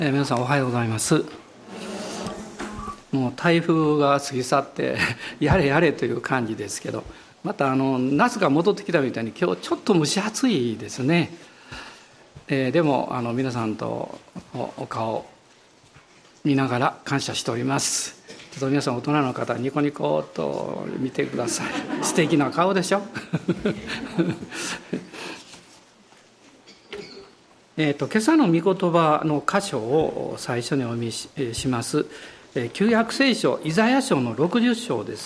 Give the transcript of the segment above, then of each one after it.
皆さんおはようございます。もう台風が過ぎ去ってやれやれという感じですけど、また夏が戻ってきたみたいに今日ちょっと蒸し暑いですね。でも皆さんとお顔見ながら感謝しております。ちょっと皆さん大人の方ニコニコと見てください。素敵な顔でしょ今朝の御言葉の箇所を最初にお読みします。旧約聖書イザヤ書の60章です。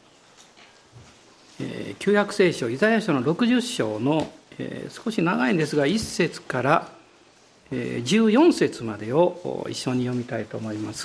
旧約聖書イザヤ書の60章の少し長いんですが1節から14節までを一緒に読みたいと思います。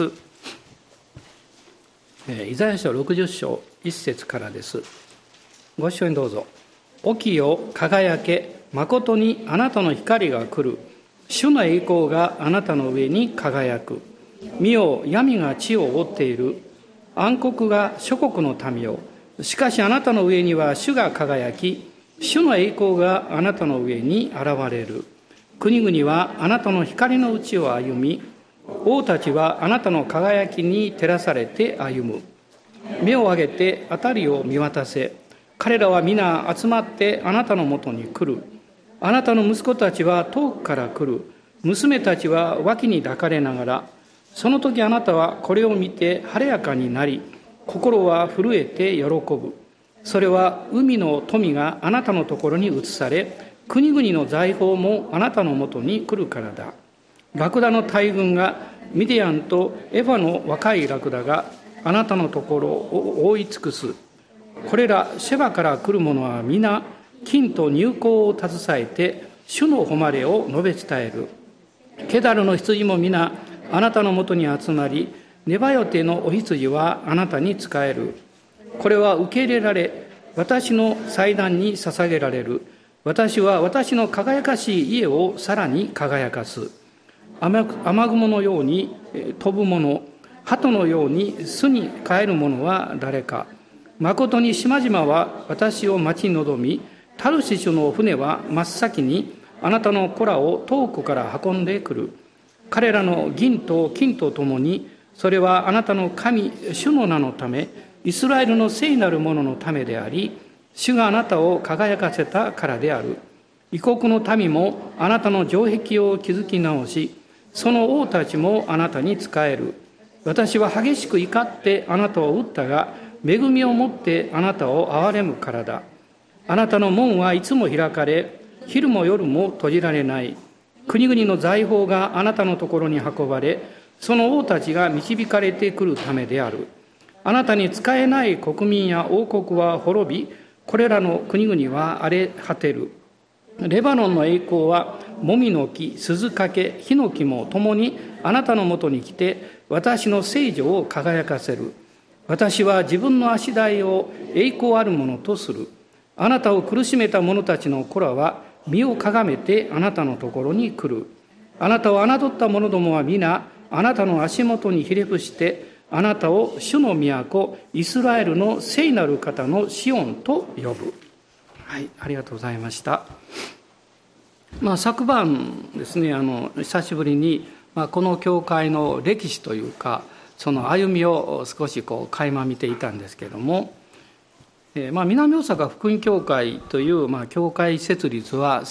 イザヤ書60章1節からです。ご一緒にどうぞ。起きよ輝け、誠にあなたの光が来る。主の栄光があなたの上に輝く。見よ闇が地を覆っている。暗黒が諸国の民よ。しかしあなたの上には主が輝き、主の栄光があなたの上に現れる。国々はあなたの光のうちを歩み、王たちはあなたの輝きに照らされて歩む。目を上げて辺りを見渡せ。彼らは皆集まってあなたのもとに来る。あなたの息子たちは遠くから来る。娘たちは脇に抱かれながら。その時あなたはこれを見て晴れやかになり、心は震えて喜ぶ。それは海の富があなたのところに移され、国々の財宝もあなたのもとに来るからだ。ラクダの大群がミディアンとエファの若いラクダがあなたのところを覆い尽くす。これらシェバから来る者は皆金と乳香を携えて主の誉れを述べ伝える。ケダルの羊も皆あなたのもとに集まり、ネバヨテのお羊はあなたに仕える。これは受け入れられ、私の祭壇に捧げられる。私は私の輝かしい家をさらに輝かす。雨雲のように飛ぶ者、鳩のように巣に帰る者は誰か。誠に島々は私を待ち望み、タルシシュの船は真っ先にあなたの子らを遠くから運んでくる。彼らの銀と金とともに、それはあなたの神、主の名のため、イスラエルの聖なる者のためであり、主があなたを輝かせたからである。異国の民もあなたの城壁を築き直し、その王たちもあなたに仕える。私は激しく怒ってあなたを撃ったが、恵みをもってあなたを憐れむからだ。あなたの門はいつも開かれ、昼も夜も閉じられない。国々の財宝があなたのところに運ばれ、その王たちが導かれてくるためである。あなたに仕えない国民や王国は滅び、これらの国々は荒れ果てる。レバノンの栄光は、もみの木、鈴掛、ヒノキも共にあなたのもとに来て、私の聖女を輝かせる。私は自分の足台を栄光あるものとする。あなたを苦しめた者たちの子らは身をかがめてあなたのところに来る。あなたを侮った者どもは皆あなたの足元にひれ伏してあなたを主の都イスラエルの聖なる方のシオンと呼ぶ。はい、ありがとうございました。昨晩ですね、久しぶりに、この教会の歴史というかその歩みを少し垣間見ていたんですけれども、南大阪福音教会という教会設立は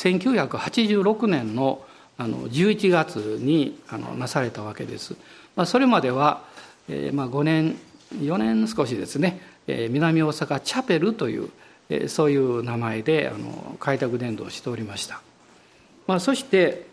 1986年の11月になされたわけです。それまでは5年4年少しですね、南大阪チャペルというそういう名前で開拓伝道をしておりました。そして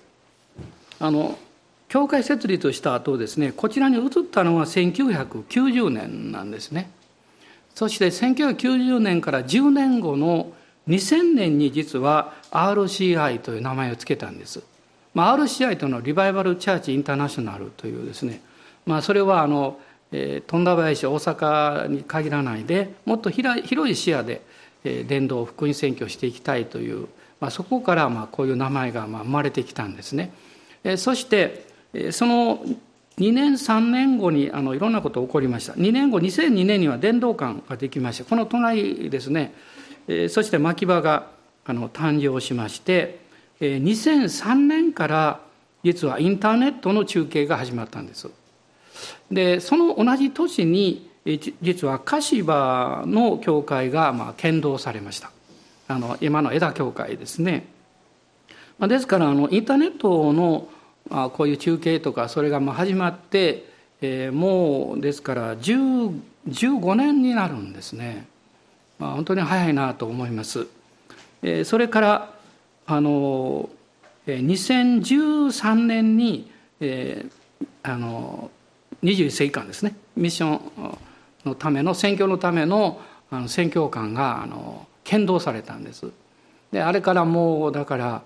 教会設立した後ですね、こちらに移ったのは1990年なんですね。そして1990年から10年後の2000年に実は RCI という名前を付けたんです。RCI というのはリバイバルチャーチインターナショナルというですね、それは富田林大阪に限らないでもっと広い視野で伝道福音宣教していきたいという、そこからこういう名前が生まれてきたんですね。そしてその2年3年後にいろんなことが起こりました。2年後2002年には伝道館ができました。この隣ですね。そして牧場が誕生しまして、2003年から実はインターネットの中継が始まったんです。でその同じ年に実は柏の教会が剣道されました。今の枝教会ですね。ですからインターネットのこういう中継とかそれが始まってもうですから15年になるんですね。本当に早いなと思います。それから2013年に21世紀間ですね、ミッションのための宣教のための宣教官が剣道されたんです。であれからもうだから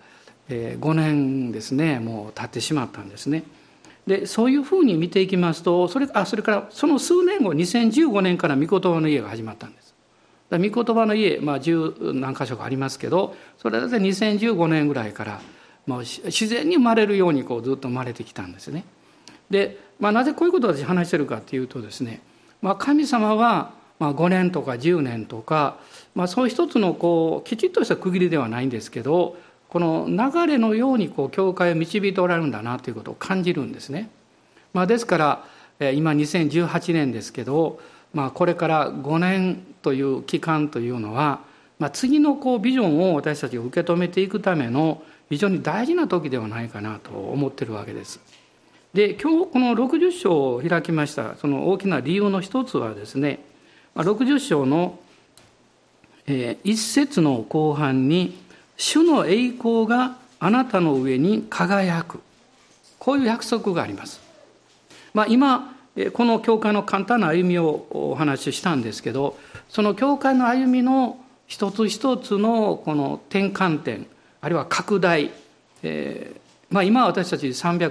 5年ですね、もう経ってしまったんですね。でそういうふうに見ていきますとそれからその数年後2015年から御言葉の家が始まったんです。御言葉の家、10何箇所かありますけど、それだって2015年ぐらいからもう自然に生まれるようにずっと生まれてきたんですね。で、なぜこういうことを私話してるかというとですね、神様は5年とか10年とか、そういう一つのきちっとした区切りではないんですけど、この流れのように教会を導いておられるんだなということを感じるんですね。ですから今2018年ですけど、これから5年という期間というのは、次のビジョンを私たちが受け止めていくための非常に大事な時ではないかなと思っているわけです。で今日この60章を開きました。その大きな理由の一つはですね、60章の一節の後半に主の栄光があなたの上に輝く、こういう約束があります。今この教会の簡単な歩みをお話ししたんですけど、その教会の歩みの一つ一つのこの転換点、あるいは拡大、今私たち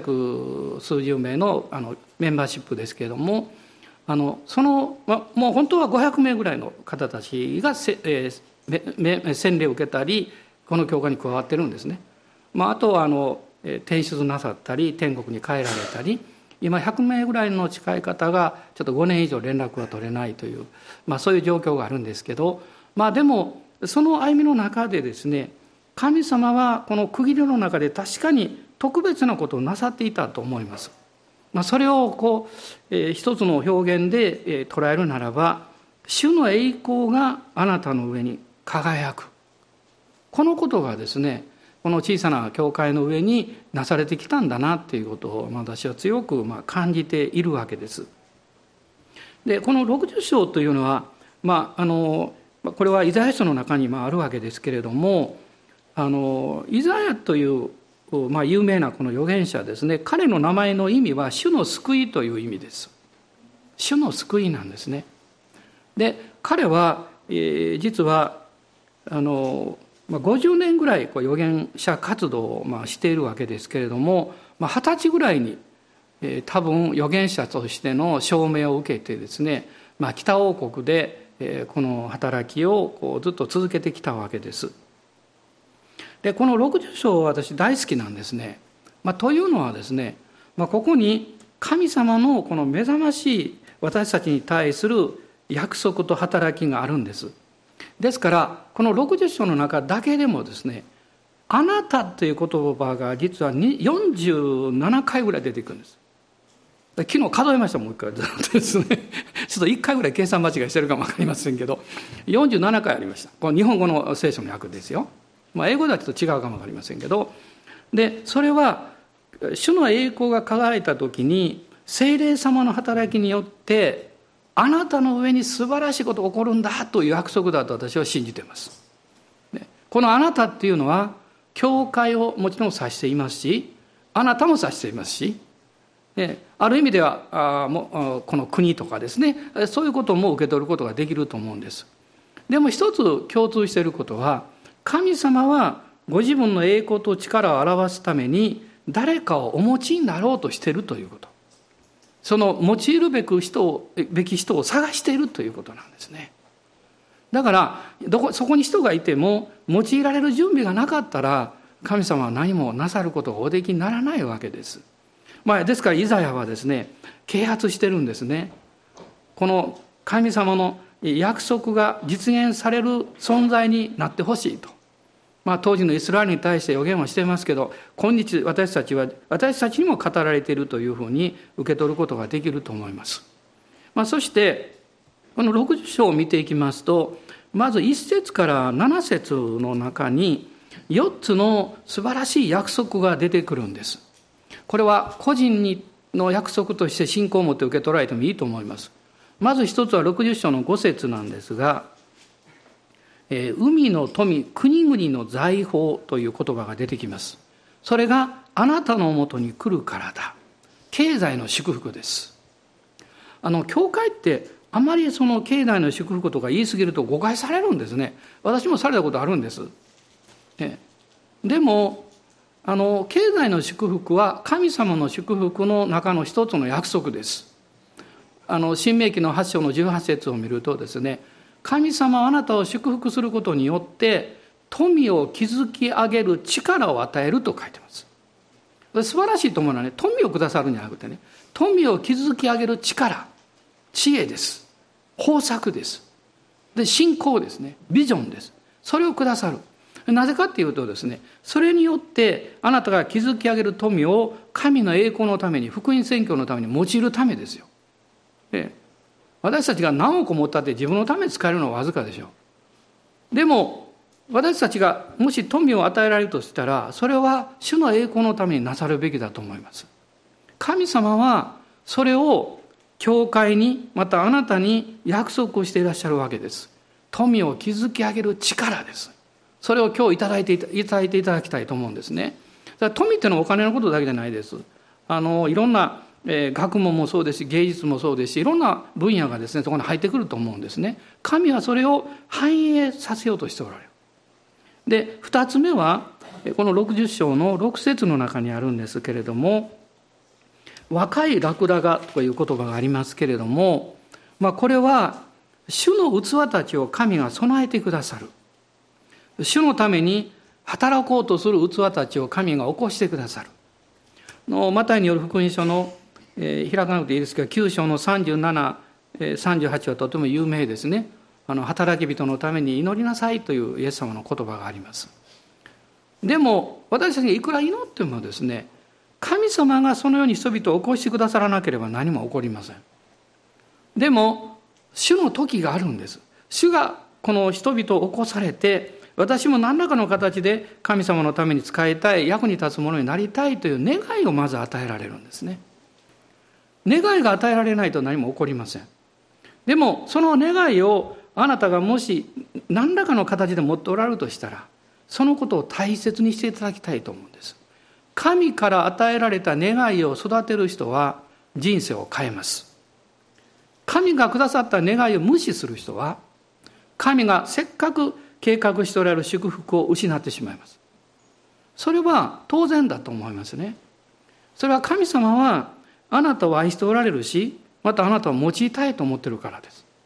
300数十名のメンバーシップですけれども、もう本当は500名ぐらいの方たちが洗礼を受けたりこの教会に加わってるんですね。あとは転出なさったり天国に帰られたり、今100名ぐらいの近い方がちょっと5年以上連絡が取れないという、そういう状況があるんですけど、でもその歩みの中でですね、神様はこの区切りの中で確かに特別なことをなさっていたと思います。それを一つの表現で捉えるならば、主の栄光があなたの上に輝く、このことがですね、この小さな教会の上になされてきたんだなということを私は強く感じているわけです。でこの60章というのは、これはイザヤ書の中にあるわけですけれども、イザヤという有名なこの預言者ですね、彼の名前の意味は主の救いという意味です。主の救いなんですね。で彼は、実は50年ぐらい預言者活動をしているわけですけれども、20歳ぐらいに多分預言者としての証明を受けてですね、北王国でこの働きをずっと続けてきたわけです。でこの60章は私大好きなんですね。というのはですね、ここに神様のこの目覚ましい私たちに対する約束と働きがあるんです。ですからこの60章の中だけでもですね、あなたという言葉が実は47回ぐらい出てくるんです。昨日数えました。もう一回ですね、ちょっと1回ぐらい計算間違いしてるかも分かりませんけど、47回ありました。この日本語の聖書の訳ですよ。英語だと違うかも分かりませんけど、でそれは主の栄光が輝いた時に聖霊様の働きによってあなたの上に素晴らしいことが起こるんだという約束だと私は信じています。このあなたっていうのは教会をもちろん指していますし、あなたも指していますし、ある意味ではこの国とかですね、そういうことも受け取ることができると思うんです。でも一つ共通していることは、神様はご自分の栄光と力を表すために誰かをお持ちになろうとしているということ、その用いるべき人を探しているということなんですね。だからそこに人がいても用いられる準備がなかったら神様は何もなさることがおできにならないわけです。ですからイザヤはですね、啓発してるんですね。この神様の約束が実現される存在になってほしいと。 当時のイスラエルに対して予言をしていますけど、今日私たちにも語られているというふうに受け取ることができると思います。そしてこの60章を見ていきますと、まず1節から7節の中に4つの素晴らしい約束が出てくるんです。これは個人の約束として信仰を持って受け取られてもいいと思います。まず一つは60章の5節なんですが、海の富、国々の財宝という言葉が出てきます。それがあなたのもとに来るからだ。経済の祝福です。教会ってあまりその経済の祝福とか言い過ぎると誤解されるんですね。私もされたことあるんです。でも経済の祝福は神様の祝福の中の一つの約束です。新明記の8章の18節を見るとですね、神様はあなたを祝福することによって富を築き上げる力を与えると書いてます。素晴らしいと思うのはね、富をくださるんじゃなくてね、富を築き上げる力、知恵です。方策です。で、信仰ですね。ビジョンです。それをくださる。なぜかっていうとですね、それによってあなたが築き上げる富を神の栄光のために、福音宣教のために用いるためですよ。私たちが何億持ったって自分のために使えるのはわずかでしょう。でも私たちがもし富を与えられるとしたら、それは主の栄光のためになさるべきだと思います。神様はそれを教会に、またあなたに約束をしていらっしゃるわけです。富を築き上げる力です。それを今日いただいていただきたいと思うんですね。だから富っていうのはお金のことだけじゃないです。いろんな学問もそうですし、芸術もそうですし、いろんな分野がですね、そこに入ってくると思うんですね。神はそれを反映させようとしておられる。で、2つ目はこの60章の6節の中にあるんですけれども、若いラクダがという言葉がありますけれども、これは主の器たちを神が備えてくださる。主のために働こうとする器たちを神が起こしてくださる。マタイによる福音書の開かなくていいですけど、9章の37、38はとても有名ですね。働き人のために祈りなさいというイエス様の言葉があります。でも私たちがいくら祈ってもですね、神様がそのように人々を起こしてくださらなければ何も起こりません。でも主の時があるんです。主がこの人々を起こされて、私も何らかの形で神様のために使いたい、役に立つものになりたいという願いをまず与えられるんですね。願いが与えられないと何も起こりません。でもその願いをあなたがもし何らかの形で持っておられるとしたら、そのことを大切にしていただきたいと思うんです。神から与えられた願いを育てる人は人生を変えます。神がくださった願いを無視する人は、神がせっかく計画しておられる祝福を失ってしまいます。それは当然だと思いますね。それは神様はあなたを愛しておられるし、またあなたを用いたいと思っているからです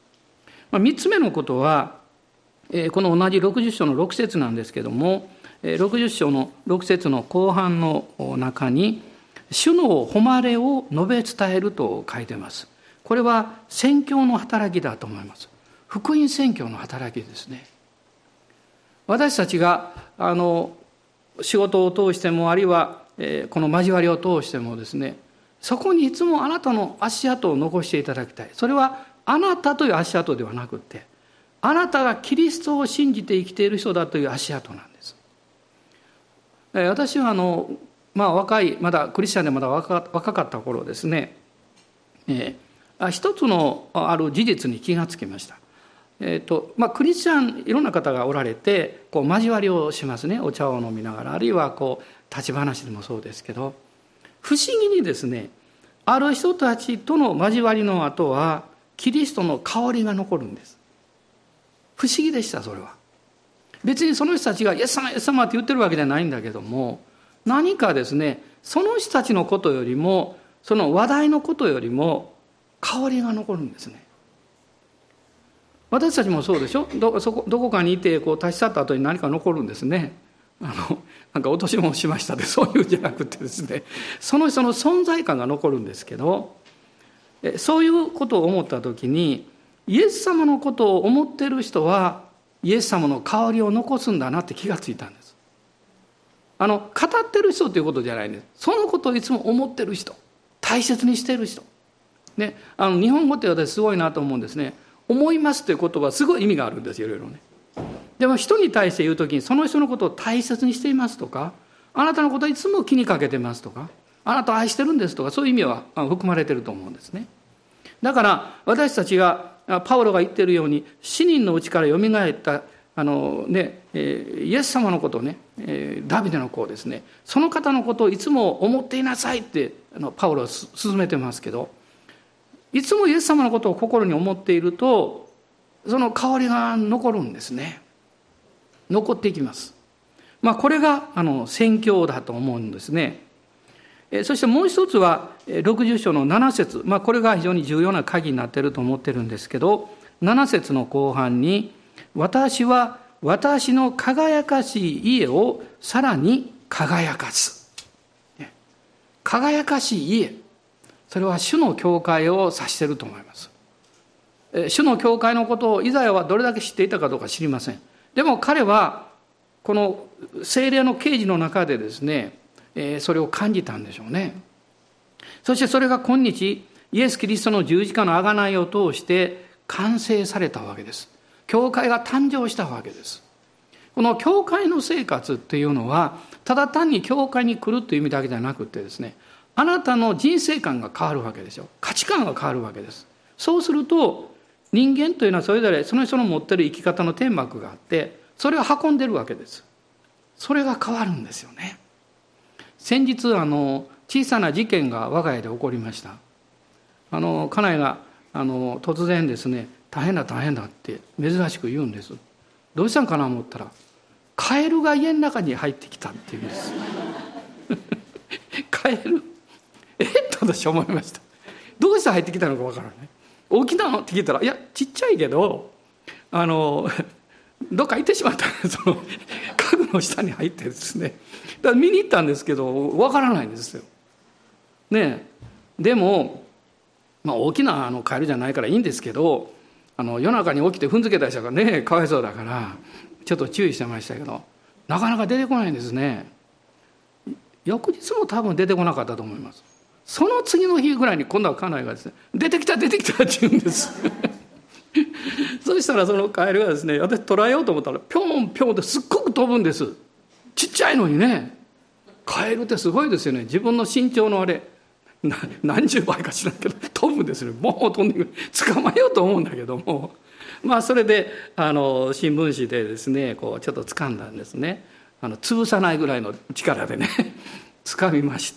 。3つ目のことは、この同じ60章の6節なんですけども、60章の6節の後半の中に、主の誉れを述べ伝えると書いています。これは宣教の働きだと思います。福音宣教の働きですね。私たちが仕事を通しても、あるいはこの交わりを通してもですね、そこにいつもあなたの足跡を残していただきたい。それはあなたという足跡ではなくて、あなたがキリストを信じて生きている人だという足跡なんです。私は若い、まだクリスチャンでまだ若かった頃ですね、一つのある事実に気がつきました。クリスチャンいろんな方がおられて、交わりをしますね。お茶を飲みながら、あるいは立ち話でもそうですけど、不思議にですね、ある人たちとの交わりの後はキリストの香りが残るんです。不思議でした。それは別にその人たちがイエス様イエス様って言ってるわけじゃないんだけども、何かですね、その人たちのことよりも、その話題のことよりも香りが残るんですね。私たちもそうでしょ。どこかにいて立ち去った後に何か残るんですね。なんか落とし物しましたで、そういうんじゃなくてですね、その人の存在感が残るんですけど、そういうことを思った時に、イエス様のことを思っている人はイエス様の香りを残すんだなって気がついたんです。 語ってる人ということじゃないんです。そのことをいつも思ってる人、大切にしている人、ね、日本語って私すごいなと思うんですね。思いますという言葉はすごい意味があるんですよ、いろいろね。でも人に対して言うときに、その人のことを大切にしていますとか、あなたのことをいつも気にかけてますとか、あなたを愛してるんですとか、そういう意味は含まれていると思うんですね。だから私たちがパウロが言っているように、死人のうちからよみがえったイエス様のことをね、ダビデの子ですね、その方のことをいつも思っていなさいってパウロは勧めてますけど、いつもイエス様のことを心に思っていると、その香りが残るんですね。残っていきます。これが宣教だと思うんですね。そしてもう一つは60章の7節、これが非常に重要な鍵になっていると思ってるんですけど、7節の後半に、私は私の輝かしい家をさらに輝かす。輝かしい家、それは主の教会を指していると思います。主の教会のことをイザヤはどれだけ知っていたかどうか知りません。でも彼はこの聖霊の啓示の中でですね、それを感じたんでしょうね。そしてそれが今日イエス・キリストの十字架の贖いを通して完成されたわけです。教会が誕生したわけです。この教会の生活っていうのは、ただ単に教会に来るという意味だけじゃなくてですね、あなたの人生観が変わるわけですよ。価値観が変わるわけです。そうすると人間というのはそれぞれその人の持っている生き方の天幕があって、それを運んでるわけです。それが変わるんですよね。先日小さな事件が我が家で起こりました。家内が突然ですね、大変だ大変だって珍しく言うんです。どうしたんかなと思ったら、カエルが家の中に入ってきたって言うんです。カエル、と私は思いました。どうして入ってきたのかわからない。大きなのって聞いたら、いやちっちゃいけどどっか行ってしまった。その家具の下に入ってですね、だから見に行ったんですけどわからないんですよね。でも大きなカエルじゃないからいいんですけど、夜中に起きて踏んづけたりしたからね、かわいそうだからちょっと注意してましたけど、なかなか出てこないんですね。翌日も多分出てこなかったと思います。その次の日ぐらいに今度は家内がですね、出てきた出てきたって言うんです。そしたらそのカエルがですね、私捕らえようと思ったらぴょんぴょんってすっごく飛ぶんです。ちっちゃいのにね。カエルってすごいですよね。自分の身長の何十倍か知らんけど飛ぶんですね。ボーン飛んでくる。捕まえようと思うんだけども、それで新聞紙でですね、こうちょっと掴んだんですね。潰さないぐらいの力でね掴みまして、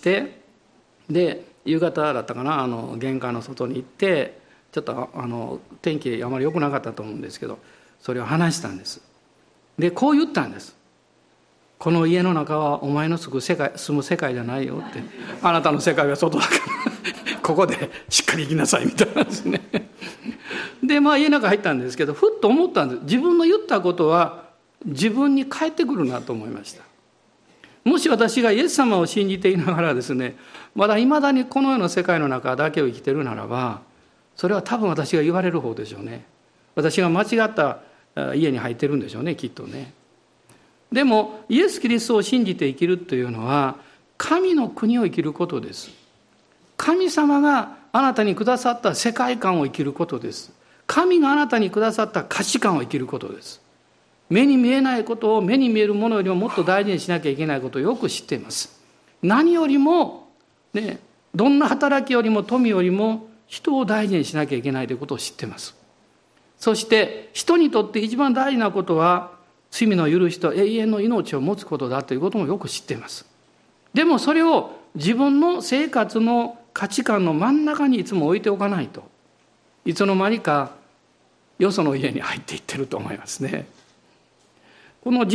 で夕方だったかな、玄関の外に行って、ちょっと天気あまり良くなかったと思うんですけど、それを話したんです。でこう言ったんです。この家の中はお前の住む世界じゃないよって、あなたの世界は外だからここでしっかり生きなさいみたいなんですね。で家の中入ったんですけど、ふっと思ったんです。自分の言ったことは自分に返ってくるなと思いました。もし私がイエス様を信じていながらですね、まだ未だにこの世の世界の中だけを生きているならば、それは多分私が言われる方でしょうね。私が間違った家に入ってるんでしょうね、きっとね。でもイエス・キリストを信じて生きるというのは、神の国を生きることです。神様があなたにくださった世界観を生きることです。神があなたにくださった価値観を生きることです。目に見えないことを目に見えるものよりももっと大事にしなきゃいけないことをよく知っています。何よりも、どんな働きよりも富よりも人を大事にしなきゃいけないということを知っています。そして人にとって一番大事なことは罪の許しと永遠の命を持つことだということもよく知っています。でもそれを自分の生活の価値観の真ん中にいつも置いておかないと、いつの間にかよその家に入っていってると思いますね。この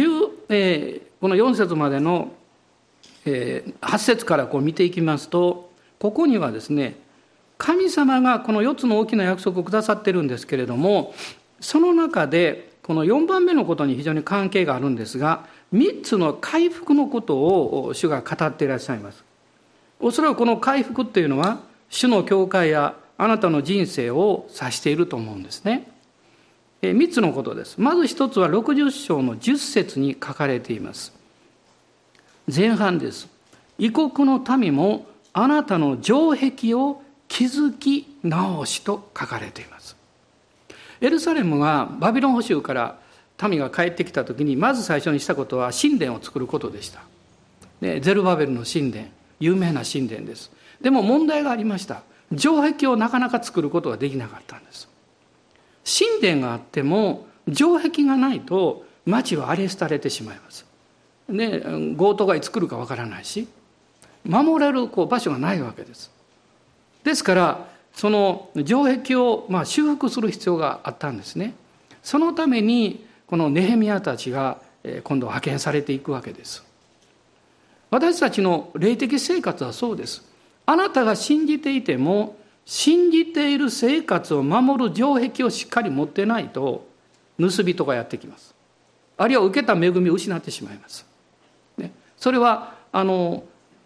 4節までの8節から見ていきますと、ここにはですね、神様がこの4つの大きな約束をくださってるんですけれども、その中でこの4番目のことに非常に関係があるんですが、3つの回復のことを主が語っていらっしゃいます。おそらくこの回復っていうのは主の教会やあなたの人生を指していると思うんですね。3つのことです。まず1つは60章の10節に書かれています。 前半です。異国の民もあなたの城壁を築き直しと書かれています。エルサレムがバビロン捕囚から民が帰ってきた時にまず最初にしたことは神殿を作ることでした。ゼルバベルの神殿、有名な神殿です。でも問題がありました。城壁をなかなか作ることができなかったんです。神殿があっても城壁がないと町は荒れ廃れてしまいます。強盗がいつ来るかわからないし、守れる場所がないわけです。ですからその城壁を修復する必要があったんですね。そのためにこのネヘミヤたちが今度派遣されていくわけです。私たちの霊的生活はそうです。あなたが信じていても信じている生活を守る城壁をしっかり持ってないと盗人がやってきます。あるいは受けた恵みを失ってしまいます。それはアウ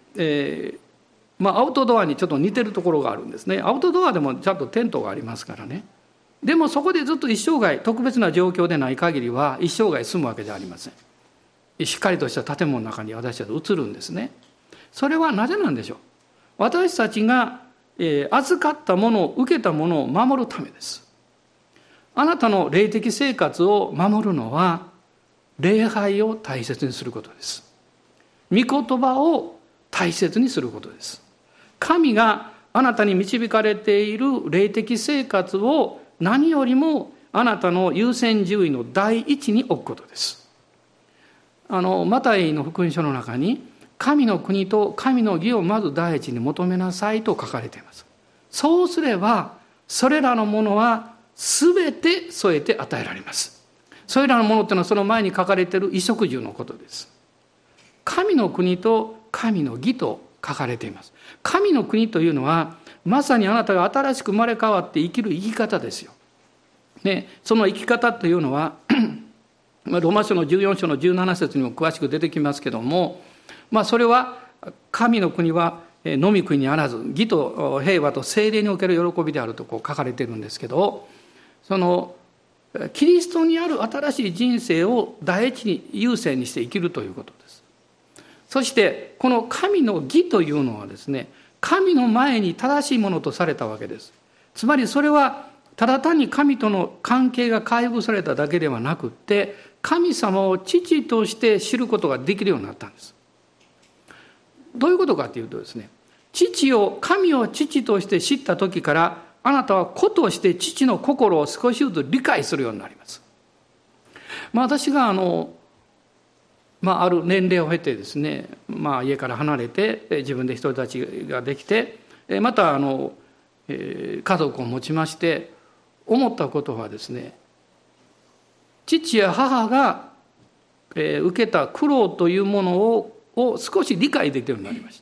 トドアにちょっと似てるところがあるんですね。アウトドアでもちゃんとテントがありますからね。でもそこでずっと一生涯特別な状況でない限りは一生涯住むわけじゃありません。しっかりとした建物の中に私たちは移るんですね。それはなぜなんでしょう。私たちが預かったものを受けたものを守るためです。あなたの霊的生活を守るのは礼拝を大切にすることです。御言葉を大切にすることです。神があなたに導かれている霊的生活を何よりもあなたの優先順位の第一に置くことです。マタイの福音書の中に神の国と神の義をまず第一に求めなさいと書かれています。そうすればそれらのものは全て添えて与えられます。それらのものというのはその前に書かれている衣食住のことです。神の国と神の義と書かれています。神の国というのはまさにあなたが新しく生まれ変わって生きる生き方ですよ。その生き方というのはローマ書の14章の17節にも詳しく出てきますけども、それは神の国は飲み食いにあらず義と平和と聖霊における喜びであると書かれているんですけど、そのキリストにある新しい人生を第一に優先にして生きるということです。そしてこの神の義というのはですね、神の前に正しいものとされたわけです。つまりそれはただ単に神との関係が回復されただけではなくって、神様を父として知ることができるようになったんです。どういうことかというとですね、神を父として知った時からあなたは子として父の心を少しずつ理解するようになります。私がある年齢を経てですね、家から離れて自分で一人立ちができて、また家族を持ちまして思ったことはですね、父や母が受けた苦労というものを少し理解できるようになりました。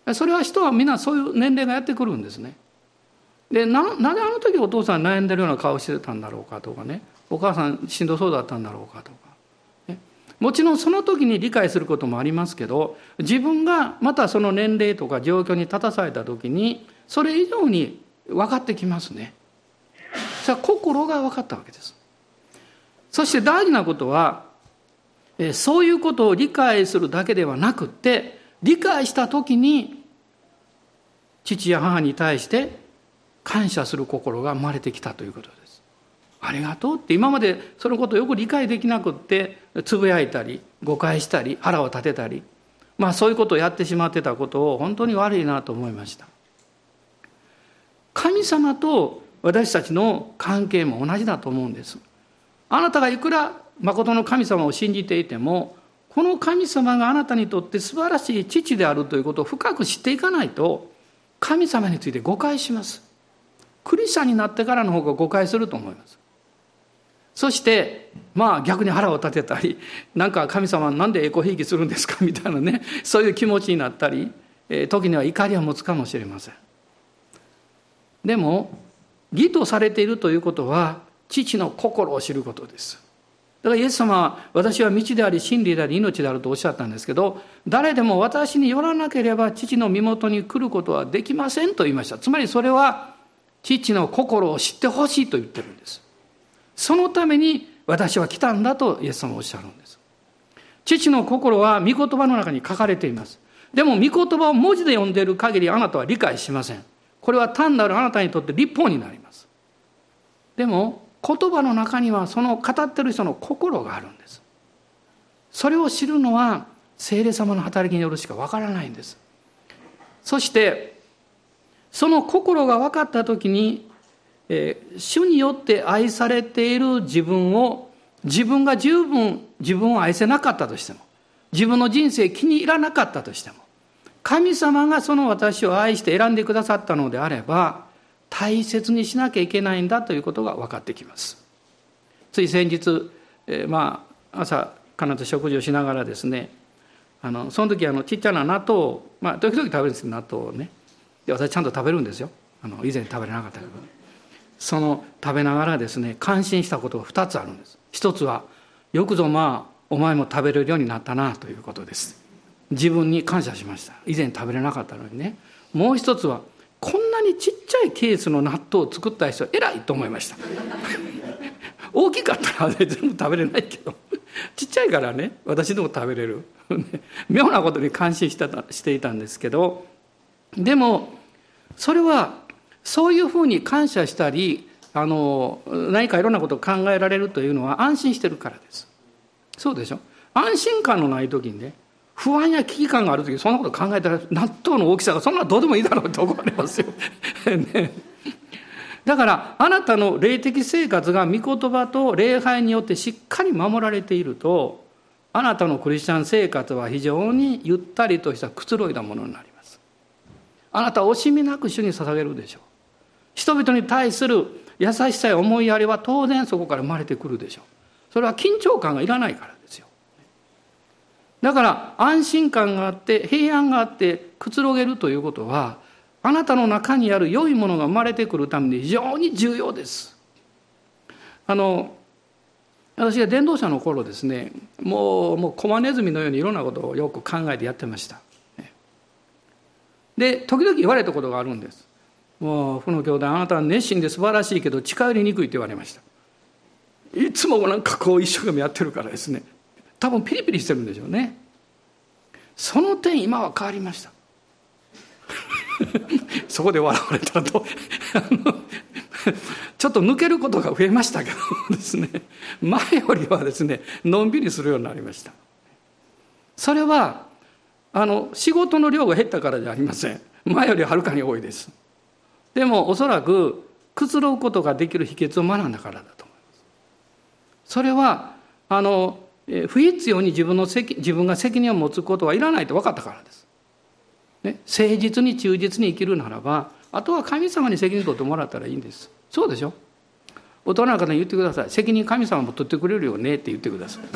それは人はみんなそういう年齢がやってくるんですね。で、なぜあの時お父さん悩んでるような顔してたんだろうかとかね、お母さんしんどそうだったんだろうかとか、ね、もちろんその時に理解することもありますけど、自分がまたその年齢とか状況に立たされた時にそれ以上に分かってきますね。それは心が分かったわけです。そして大事なことは、そういうことを理解するだけではなくって、理解した時に父や母に対して感謝する心が生まれてきたということです。ありがとうって、今までそのことをよく理解できなくってつぶやいたり誤解したり腹を立てたり、そういうことをやってしまってたことを本当に悪いなと思いました。神様と私たちの関係も同じだと思うんです。あなたがいくら誠の神様を信じていても、この神様があなたにとって素晴らしい父であるということを深く知っていかないと、神様について誤解します。クリスチャンになってからの方が誤解すると思います。そして逆に腹を立てたり、なんか神様なんでエコひいきするんですかみたいなね、そういう気持ちになったり、時には怒りを持つかもしれません。でも義とされているということは父の心を知ることです。だからイエス様は私は道であり真理であり命であるとおっしゃったんですけど、誰でも私によらなければ父の身元に来ることはできませんと言いました。つまりそれは父の心を知ってほしいと言ってるんです。そのために私は来たんだとイエス様はおっしゃるんです。 父の心は御言葉の中に書かれています。でも御言葉を文字で読んでいる限りあなたは理解しません。これは単なるあなたにとって律法になります。でも言葉の中にはその語っている人の心があるんです。それを知るのは聖霊様の働きによるしかわからないんです。そしてその心が分かったときに、主によって愛されている自分が十分自分を愛せなかったとしても、自分の人生気に入らなかったとしても、神様がその私を愛して選んでくださったのであれば、大切にしなきゃいけないんだということが分かってきます。つい先日、朝彼女と食事をしながらですね、その時ちっちゃな納豆を、時々食べるんですけど、納豆をね、で私ちゃんと食べるんですよ。以前食べれなかったけど、その食べながらですね、感心したことが2つあるんです。一つは、よくぞお前も食べれるようになったなということです。自分に感謝しました。以前食べれなかったのにね。もう一つは、こんなにちっちゃいケースの納豆を作った人は偉いと思いました。大きかったら全部食べれないけど、ちっちゃいからね、私でも食べれる。妙なことに感心していたんですけど、でもそれはそういうふうに感謝したり、何かいろんなことを考えられるというのは安心してるからです。そうでしょ。安心感のない時にね、不安や危機感がある時、そんなこと考えたら納豆の大きさがそんなどうでもいいだろうって怒られますよ、ね、だからあなたの霊的生活が御言葉と礼拝によってしっかり守られていると、あなたのクリスチャン生活は非常にゆったりとしたくつろいだものになります。あなたは惜しみなく主に捧げるでしょう。人々に対する優しさや思いやりは当然そこから生まれてくるでしょう。それは緊張感がいらないからですよ。だから安心感があって平安があってくつろげるということは、あなたの中にある良いものが生まれてくるために非常に重要です。私が伝道者の頃ですね、もうコマネズミのようにいろんなことをよく考えてやってました。で時々言われたことがあるんです。もうこの兄弟、あなたは熱心で素晴らしいけど近寄りにくいって言われました。いつもなんか一生懸命やってるからですね、多分ピリピリしてるんでしょうね。その点今は変わりましたそこで笑われたとちょっと抜けることが増えましたけどですね、前よりはですねのんびりするようになりました。それは仕事の量が減ったからじゃありません。前よりはるかに多いです。でもおそらくくつろぐことができる秘訣を学んだからだと思います。それは不必要に自分が責任を持つことはいらないと分かったからです、ね、誠実に忠実に生きるならば、あとは神様に責任を取ってもらったらいいんです。そうでしょ。大人の方に言ってください。責任神様も取ってくれるよねって言ってください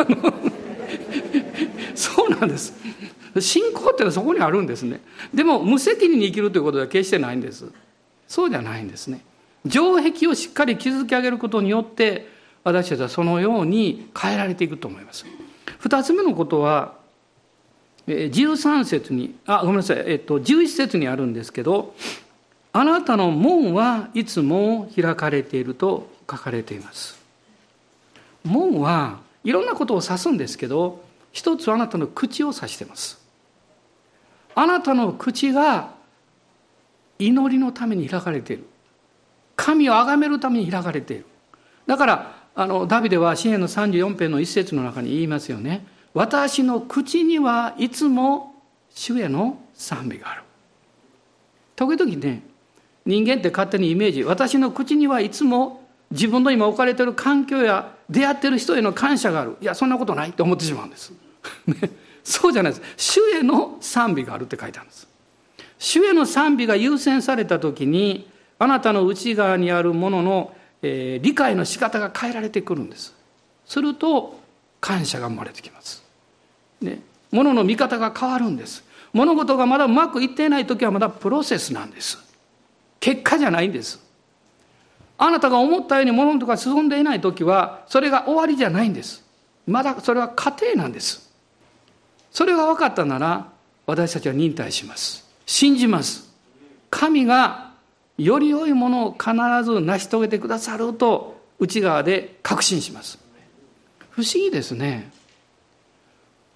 そうなんです。信仰ってのはそこにあるんですね。でも無責任に生きるということは決してないんです。そうじゃないんですね。城壁をしっかり築き上げることによって私たちはそのように変えられていくと思います。二つ目のことは13節に11節にあるんですけど、あなたの門はいつも開かれていると書かれています。門はいろんなことを指すんですけど、一つはあなたの口を指しています。あなたの口が祈りのために開かれている。神を崇めるために開かれている。だからダビデは詩篇の34編の一節の中に言いますよね。私の口にはいつも主への賛美がある。時々ね、人間って勝手にイメージ、私の口にはいつも自分の今置かれている環境や出会っている人への感謝がある。いや、そんなことないって思ってしまうんです、ね、そうじゃないです。主への賛美があるって書いてあるんです。主への賛美が優先されたときに、あなたの内側にあるものの理解の仕方が変えられてくるんです。すると感謝が生まれてきます、ね、物の見方が変わるんです。物事がまだうまくいっていないときはまだプロセスなんです。結果じゃないんです。あなたが思ったように物事が進んでいないときはそれが終わりじゃないんです。まだそれは過程なんです。それが分かったなら私たちは忍耐します。信じます。神がより良いものを必ず成し遂げてくださると内側で確信します。不思議ですね。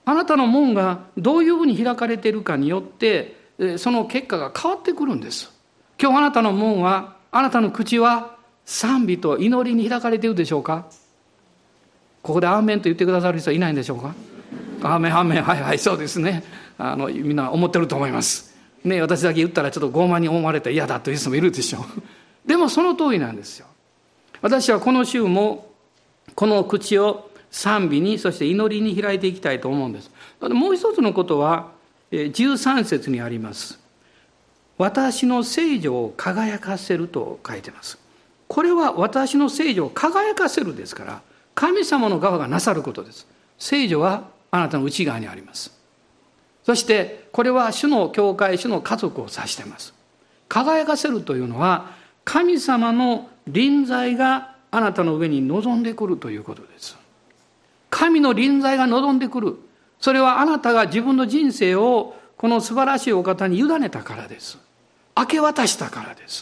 あなたの門がどういうふうに開かれているかによってその結果が変わってくるんです。今日あなたの門は、あなたの口は賛美と祈りに開かれているでしょうか。ここでアーメンと言ってくださる人はいないんでしょうか。アーメンアーメン、はいはい、そうですね。みんな思ってると思いますね。私だけ言ったらちょっと傲慢に思われて嫌だという人もいるでしょう。でもその通りなんですよ。私はこの週もこの口を賛美に、そして祈りに開いていきたいと思うんです。もう一つのことは13節にあります。私の聖女を輝かせると書いてます。これは私の聖女を輝かせるですから、神様の側がなさることです。聖女はあなたの内側にあります。そしてこれは主の教会、主の家族を指しています。輝かせるというのは、神様の臨在があなたの上に臨んでくるということです。神の臨在が臨んでくる。それはあなたが自分の人生をこの素晴らしいお方に委ねたからです。明け渡したからです。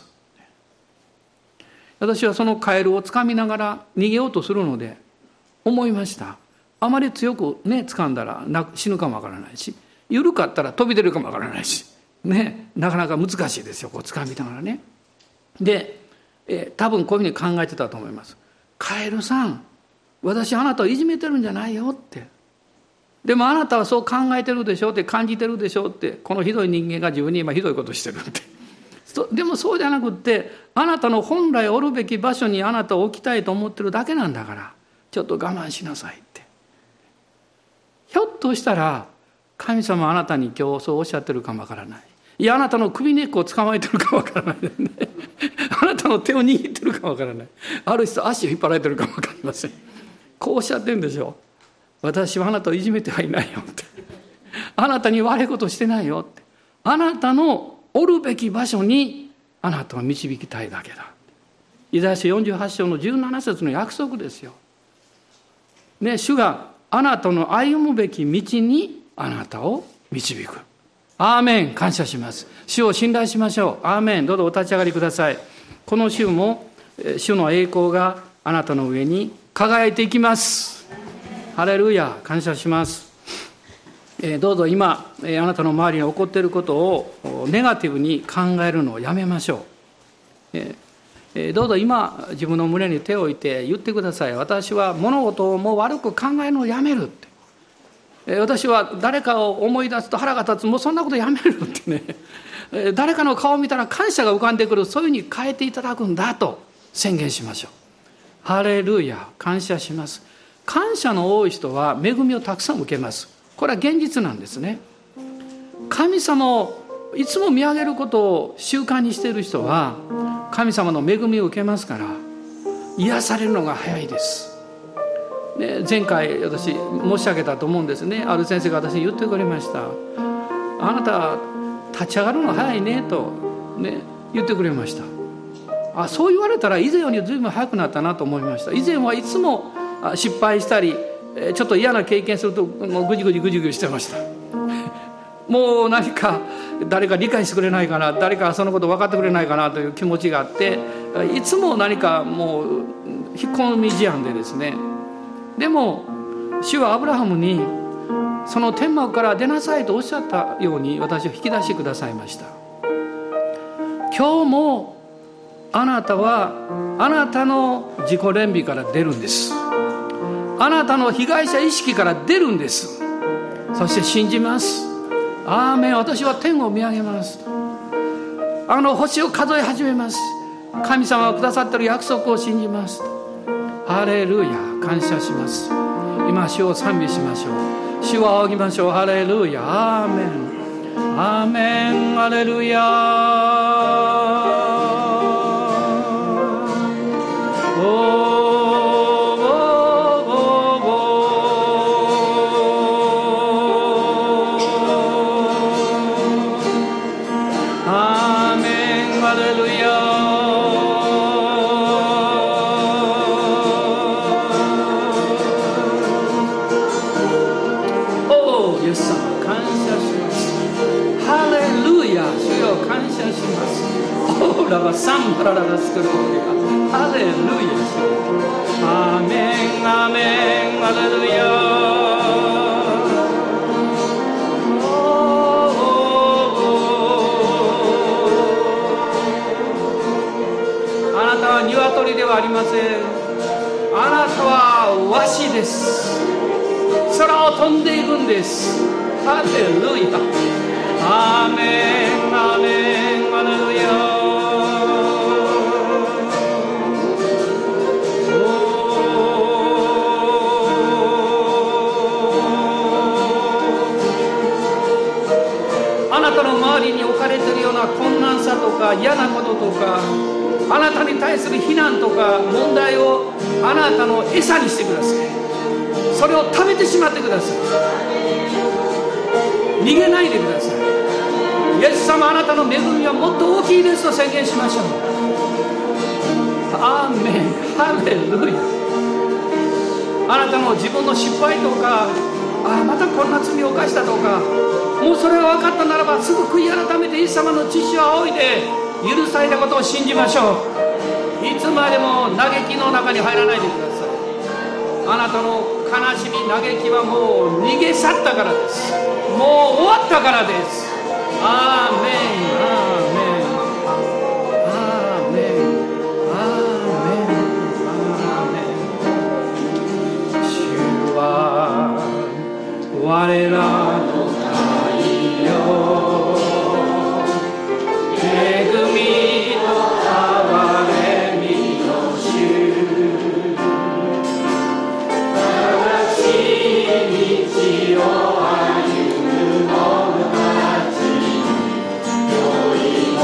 私はそのカエルをつかみながら逃げようとするので思いました。あまり強くね掴んだら死ぬかもわからないし、緩かったら飛び出るかもわからないし、ね、なかなか難しいですよ、こう掴みながらね。で、多分こういうふうに考えてたと思います。カエルさん、私あなたをいじめてるんじゃないよって。でもあなたはそう考えてるでしょって、感じてるでしょって、このひどい人間が自分に今ひどいことしてるって。でもそうじゃなくって、あなたの本来おるべき場所にあなたを置きたいと思ってるだけなんだから、ちょっと我慢しなさいって。ひょっとしたら神様はあなたに今日そうおっしゃってるかもわからない。いや、あなたの首根っこを捕まえてるかもわからない、ね、あなたの手を握ってるかもわからない。ある人足を引っ張られてるかもわかりません。こうおっしゃってるんでしょう。私はあなたをいじめてはいないよって。あなたに悪いことしてないよって。あなたのおるべき場所にあなたを導きたいだけだ。イザヤ書48章の17節の約束ですよ。ね、主があなたの歩むべき道にあなたを導く。アーメン。感謝します。主を信頼しましょう。アーメン。どうぞお立ち上がりください。この週も主の栄光があなたの上に輝いていきます。ハレルヤ。感謝します。どうぞ今あなたの周りに起こっていることをネガティブに考えるのをやめましょう。どうぞ今自分の胸に手を置いて言ってください。私は物事をもう悪く考えるのをやめるって。私は誰かを思い出すと腹が立つ、もうそんなことやめるってね。誰かの顔を見たら感謝が浮かんでくる、そういうふうに変えていただくんだと宣言しましょう。ハレルヤ。感謝します。感謝の多い人は恵みをたくさん受けます。これは現実なんですね。神様をいつも見上げることを習慣にしている人は神様の恵みを受けますから、癒されるのが早いです、ね、前回私申し上げたと思うんですね。ある先生が私に言ってくれました。あなた立ち上がるの早いねと、ね、言ってくれました。そう言われたら以前よりずいぶん早くなったなと思いました。以前はいつも失敗したりちょっと嫌な経験するともうぐじぐじしてましたもう何か誰か理解してくれないかな、誰かそのこと分かってくれないかなという気持ちがあって、いつも何かもう引っ込み思案でですね。でも主はアブラハムにその天幕から出なさいとおっしゃったように私を引き出してくださいました。今日もあなたはあなたの自己憐憫から出るんです。あなたの被害者意識から出るんです。そして信じます。アーメン。私は天を見上げます。星を数え始めます。神様がくださっている約束を信じます。ハレルヤ。感謝します。今主を賛美しましょう。主を仰ぎましょう。ハレルヤ。アーメン。アーメン。ハレルヤ。ラバサンパラララスクローリア。ハレルヤ。アーメンアーメン。ハレルヤ。 は鶏ではありません。あなたはワシです。空を飛んでいくんです。ハレルヤ、アーメン、アーメン、ハレルヤ。あなたの周りに置かれているような困難さとか嫌なこととか、あなたに対する非難とか問題をあなたの餌にしてください。それを食べてしまってください。逃げないでください。イエス様、あなたの恵みはもっと大きいですと宣言しましょう。アーメン、ハレルヤ。あなたの自分の失敗とか、またこんな罪を犯したとか、もうそれが分かったならばすぐ悔い改めてイエス様の血潮を仰いで許されたことを信じましょう。いつまでも嘆きの中に入らないでください。あなたの悲しみ、嘆きはもう逃げ去ったからです。もう終わったからです。アーメン、アーメン、アーメン、アーメン、アーメン。主は我らの太陽、恵みと憐れみの主、正しい道を歩む者たち、良い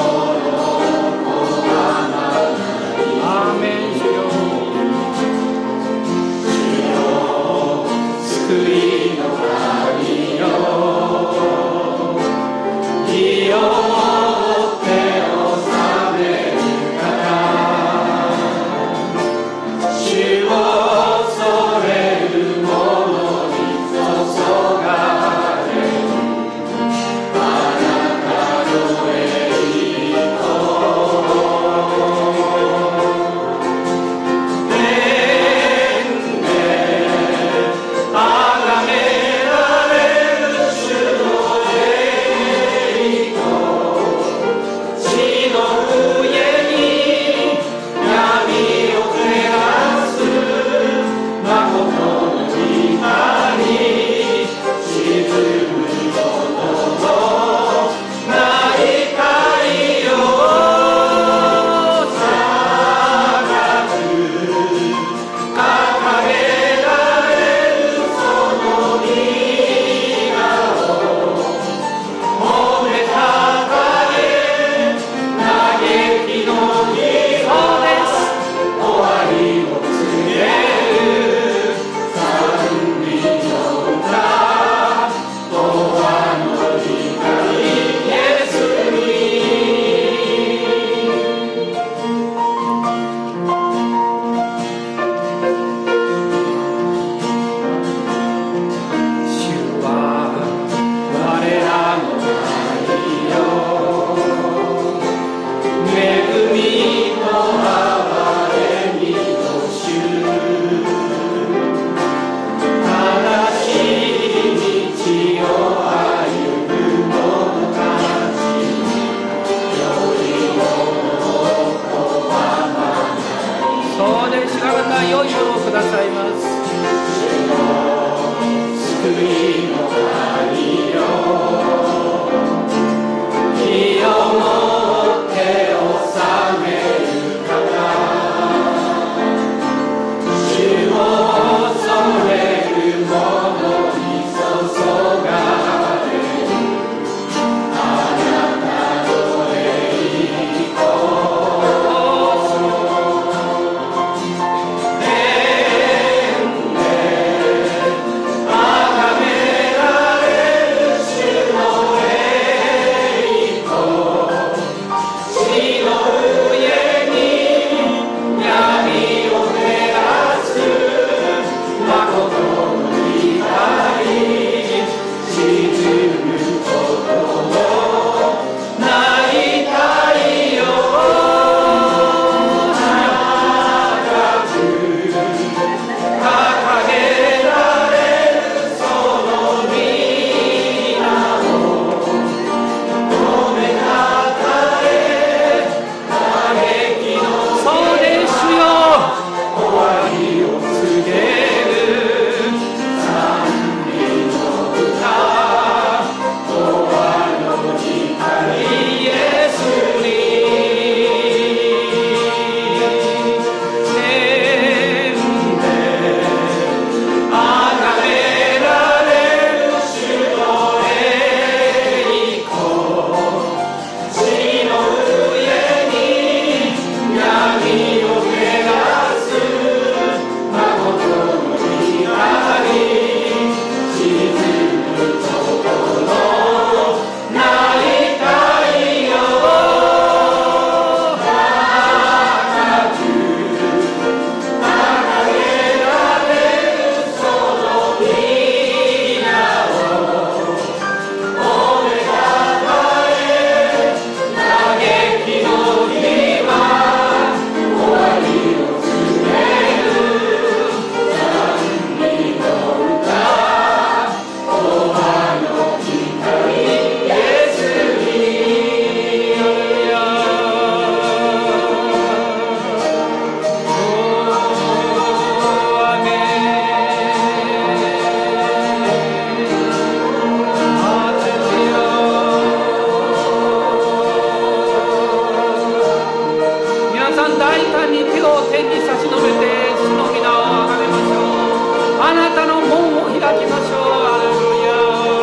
さん大胆に手を天に差し伸べて主の皆をあがめましょう。あなたの門を開きましょう。ハレルヤ。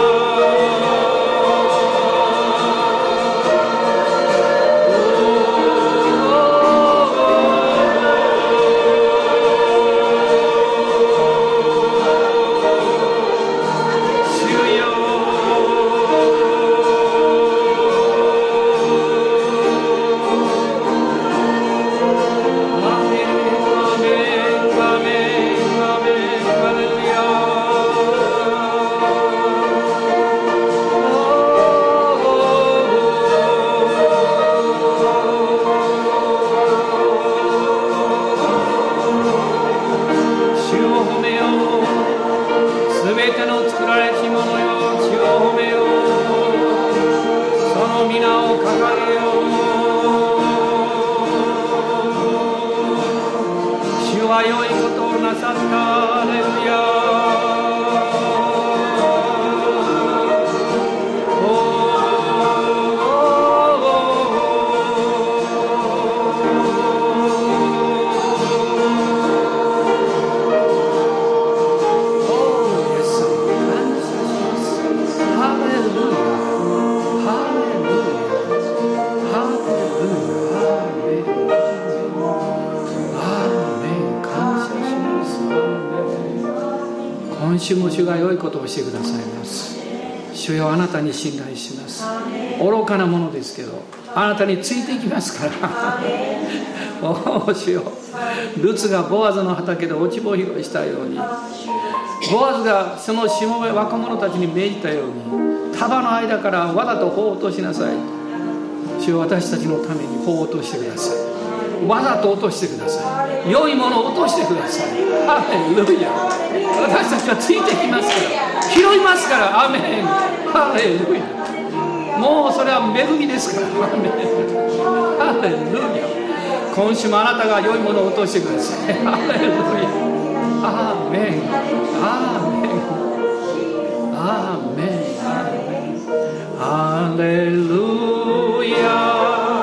主も主が良いことをしてくださいます。主よ、あなたに信頼します。愚かなものですけどあなたについていきますからおお主よ、ルツがボアズの畑で落ち穂拾いしたように、ボアズがそのしもべ若者たちに命じたように、束の間からわざと穂を落としなさい。主よ、私たちのために穂を落としてください。わざと落としてください。良いものを落としてください。ハレルヤ。私たちはついてきますから、拾いますから。アメン。ハレルヤ。もうそれは恵みですから。アメン。ハレルヤ。今週もあなたが良いものを落としてください。ハレルヤ。アーメン。アーメン。アーメン。ハレルヤ。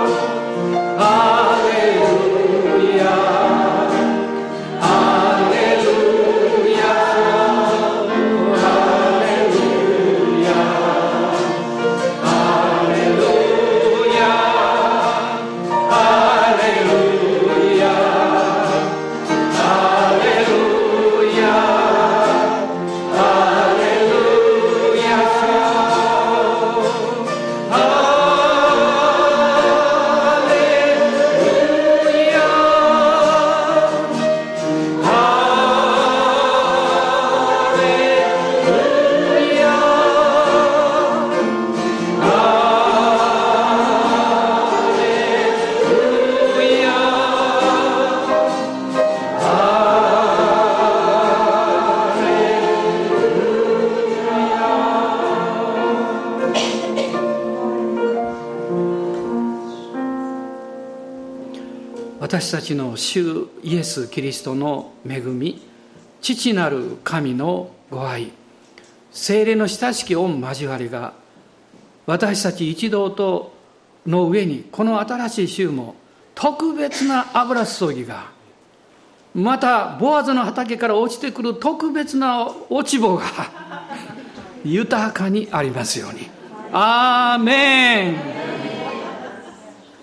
私たちの主イエス・キリストの恵み、父なる神のご愛、聖霊の親しき御交わりが私たち一同との上に、この新しい週も特別な油注ぎが、またボアズの畑から落ちてくる特別な落ち穂が豊かにありますように。アーメン。